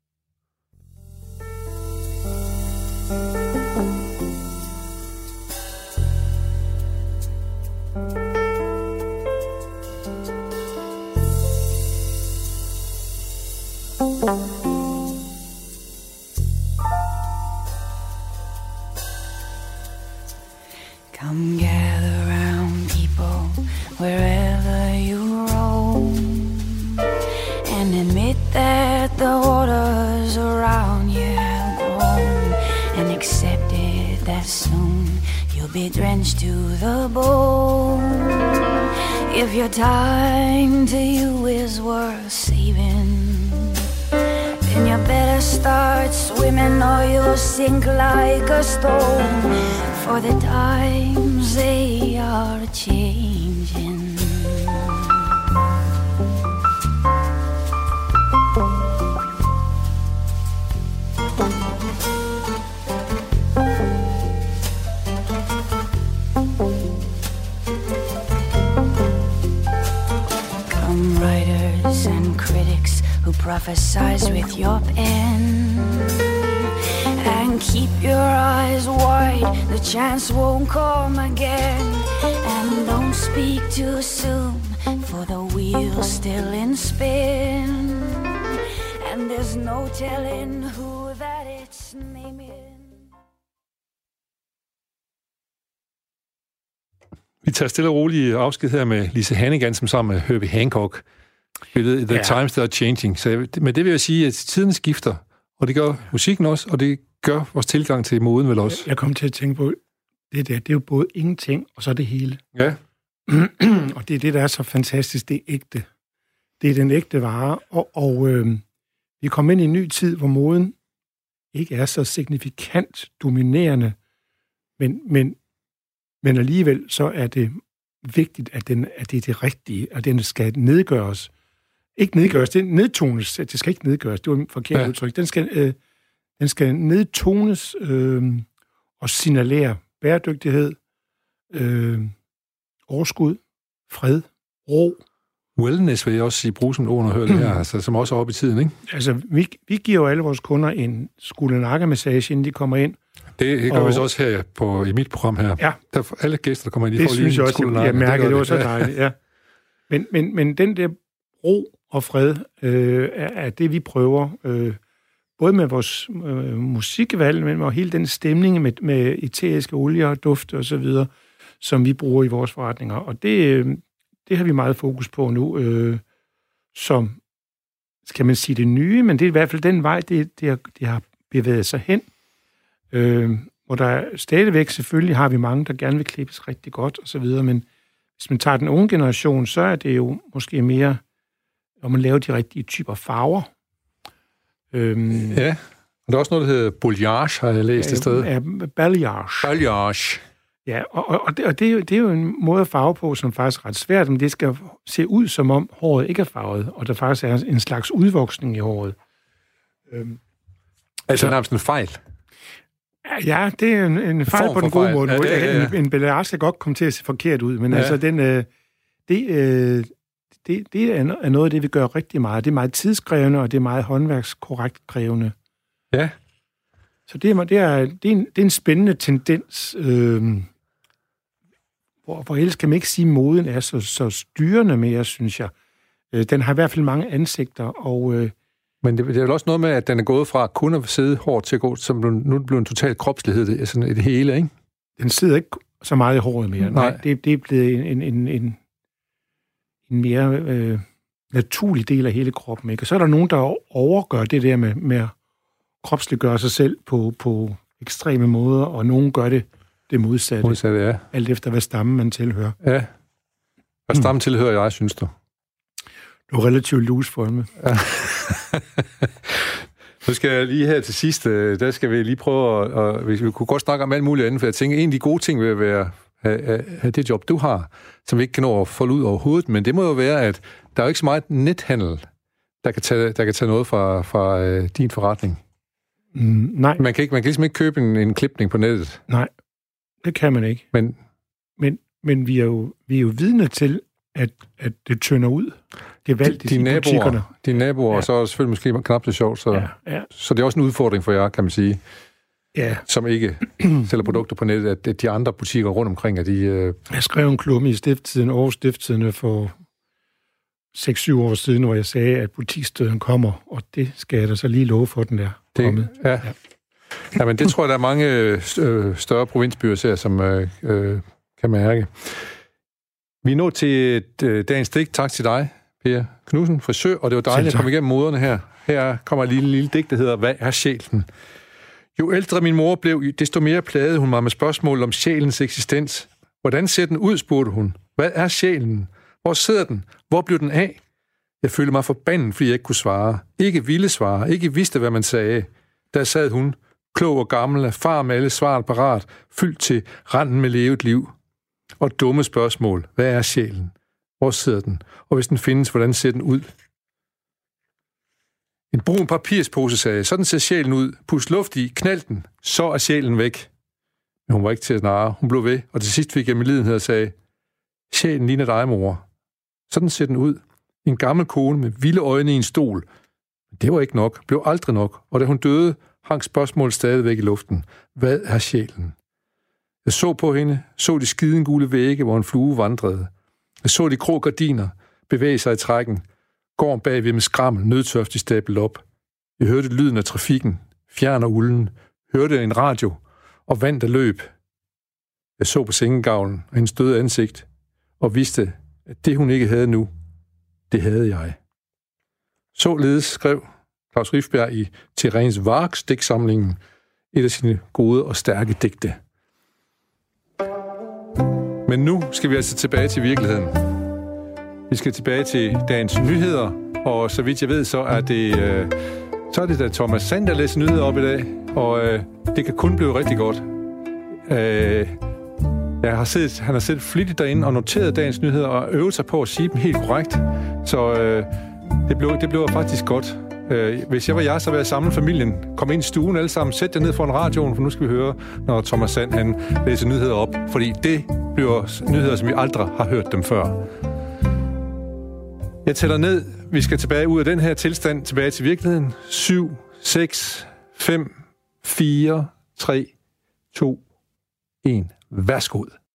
Come gather round, people, wherever you roam, and admit that the waters around you have grown, and accept it that soon you'll be drenched to the bone. If your time to you is worth saving, then you better start swimming or you'll sink like a stone. For the times they are changing. Come writers and critics who prophesize with your pen, and keep your eyes wide, the chance won't come again. And don't speak too soon, for the wheel's still in spin, and there's no telling who that it's naming. Vi tager stille og roligt afsked her med Lise Hannigan, som sammen med Herbie Hancock spillede The Times That Are Changing. Så med det vil jeg sige, at tiden skifter, og det gør musikken også, og det gør vores tilgang til moden vel også. Jeg kom til at tænke på, det er jo både ingenting, og så det hele. Ja. Og det er det, der er så fantastisk, det er ægte. Det er den ægte vare, og vi kommer ind i en ny tid, hvor moden ikke er så signifikant dominerende, men alligevel så er det vigtigt, at det er det rigtige, at den skal nedgøres. Ikke nedgøres, det nedtones. Det skal ikke nedgøres, det var et forkert udtryk. Den skal nedtones og signalere bæredygtighed, overskud, fred, ro. Wellness vil jeg også sige, bruge som ord, når hører det her, altså, som også er oppe i tiden, ikke? Altså, vi giver jo alle vores kunder en skulder-nakke-massage, inden de kommer ind. Det gør vi så også her i mit program her. Ja. Der alle gæster, der kommer ind, de det får lige en skulder-nakke. Jeg mærker, det var så dejligt, ja. Men den der ro og fred er det, vi prøver, både med vores musikvalg, men og hele den stemning med eteriske olier, duft og så videre, som vi bruger i vores forretninger. Og det har vi meget fokus på nu, som, skal man sige det nye, men det er i hvert fald den vej, det har bevæget sig hen. Og der stadigvæk, selvfølgelig har vi mange, der gerne vil klippes rigtig godt og så videre, men hvis man tager den unge generation, så er det jo måske mere, om man laver de rigtige typer farver. Ja, og der er også noget, der hedder balayage, har jeg læst et sted. Ja, balayage. Balayage. Ja, og det er jo en måde at farve på, som faktisk er ret svært, men det skal se ud, som om håret ikke er farvet, og der faktisk er en slags udvoksning i håret. Altså nærmest en fejl? Ja, det er en fejl på den gode måde. Ja, en balayage skal godt komme til at se forkert ud, men altså det er noget af det, vi gør rigtig meget. Det er meget tidskrævende, og det er meget håndværkskorrekt krævende. Ja. Så det er en spændende tendens, hvor ellers kan man ikke sige, at moden er så styrende mere, synes jeg. Den har i hvert fald mange ansigter, og... Men det er jo også noget med, at den er gået fra kun at sidde hårdt til at gå, som nu er det blevet en total kropslighed, det er sådan et hele, ikke? Den sidder ikke så meget i håret mere. Nej, det er blevet en mere naturlig del af hele kroppen, ikke? Og så er der nogen, der overgør det der med at kropsliggøre sig selv på ekstreme måder, og nogen gør det modsatte. Modsatte, ja. Alt efter, hvad stamme man tilhører. Ja. Hvad stamme tilhører jeg, synes du? Du er relativt loose-formet. Ja. Nu skal jeg lige her til sidst, der skal vi lige prøve at vi kunne godt snakke om alt muligt andet, for jeg tænker, en af de gode ting ved at have det job, du har, som vi ikke kan nå at folde ud overhovedet, men det må jo være, at der er jo ikke så meget nethandel, der kan tage noget fra din forretning. Nej. Man kan ligesom ikke købe en klipning på nettet. Nej, det kan man ikke. Men vi er jo vidne til, at det tynder ud gevaldigt i butikkerne. Dine naboer, ja. Og så er det selvfølgelig måske knap så sjovt, så det er også en udfordring for jer, kan man sige, som ikke sælger produkter på nettet, at de andre butikker rundt omkring, at de... Jeg skrev en klumme i Aarhus Stifttidende for 6-7 år siden, hvor jeg sagde, at butiksdøden kommer, og det skal jeg da så lige love for, den der kommet. Ja. Ja, men det tror jeg, der er mange større provinsbyer, som kan mærke. Vi er nået til dagens digt. Tak til dig, Per Knudsen, frisør, og det var dejligt at komme igennem moderne her. Her kommer et lille digt, der hedder, hvad er sjælen? Jo ældre min mor blev, desto mere plagede hun mig med spørgsmål om sjælens eksistens. Hvordan ser den ud, spurgte hun. Hvad er sjælen? Hvor sidder den? Hvor blev den af? Jeg følte mig forbandet, fordi jeg ikke kunne svare. Ikke ville svare, ikke vidste, hvad man sagde. Der sad hun, klog og gammel, erfar med alle svaret parat, fyldt til randen med levet liv. Og dumme spørgsmål. Hvad er sjælen? Hvor sidder den? Og hvis den findes, hvordan ser den ud? En brun papirspose sagde, sådan ser sjælen ud. Pust luft i, knald den. Så er sjælen væk. Men hun var ikke til at snarre. Hun blev ved, og til sidst fik jeg medlidenhed og sagde, sjælen ligner dig, mor. Sådan ser den ud. En gammel kone med vilde øjne i en stol. Det var ikke nok. Blev aldrig nok. Og da hun døde, hang spørgsmålet stadigvæk i luften. Hvad er sjælen? Jeg så på hende, så de skidengule vægge, hvor en flue vandrede. Jeg så de grå gardiner bevæge sig i trækken. Gården bagved med skrammel, nødtørftigt stablet op. Jeg hørte lyden af trafikken, fjern og ulden. Hørte en radio og vand der løb. Jeg så på sengegavlen og hendes døde ansigt og vidste, at det hun ikke havde nu, det havde jeg. Således skrev Claus Rifbjerg i Terrens Varks digtsamlingen et af sine gode og stærke digte. Men nu skal vi altså tilbage til virkeligheden. Vi skal tilbage til dagens nyheder, og så vidt jeg ved, så er det da Thomas Sand, der læser nyheder op i dag, og det kan kun blive rigtig godt. Han har siddet flittigt derinde og noteret dagens nyheder og øvet sig på at sige dem helt korrekt, så det blev faktisk godt. Hvis jeg var jer, så ville jeg samle familien, komme ind i stuen alle sammen, sæt jer ned foran radioen, for nu skal vi høre, når Thomas Sand han læser nyheder op, fordi det bliver nyheder, som vi aldrig har hørt dem før. Jeg tæller ned. Vi skal tilbage ud af den her tilstand, tilbage til virkeligheden. 7, 6, 5, 4, 3, 2, 1. Værsgo.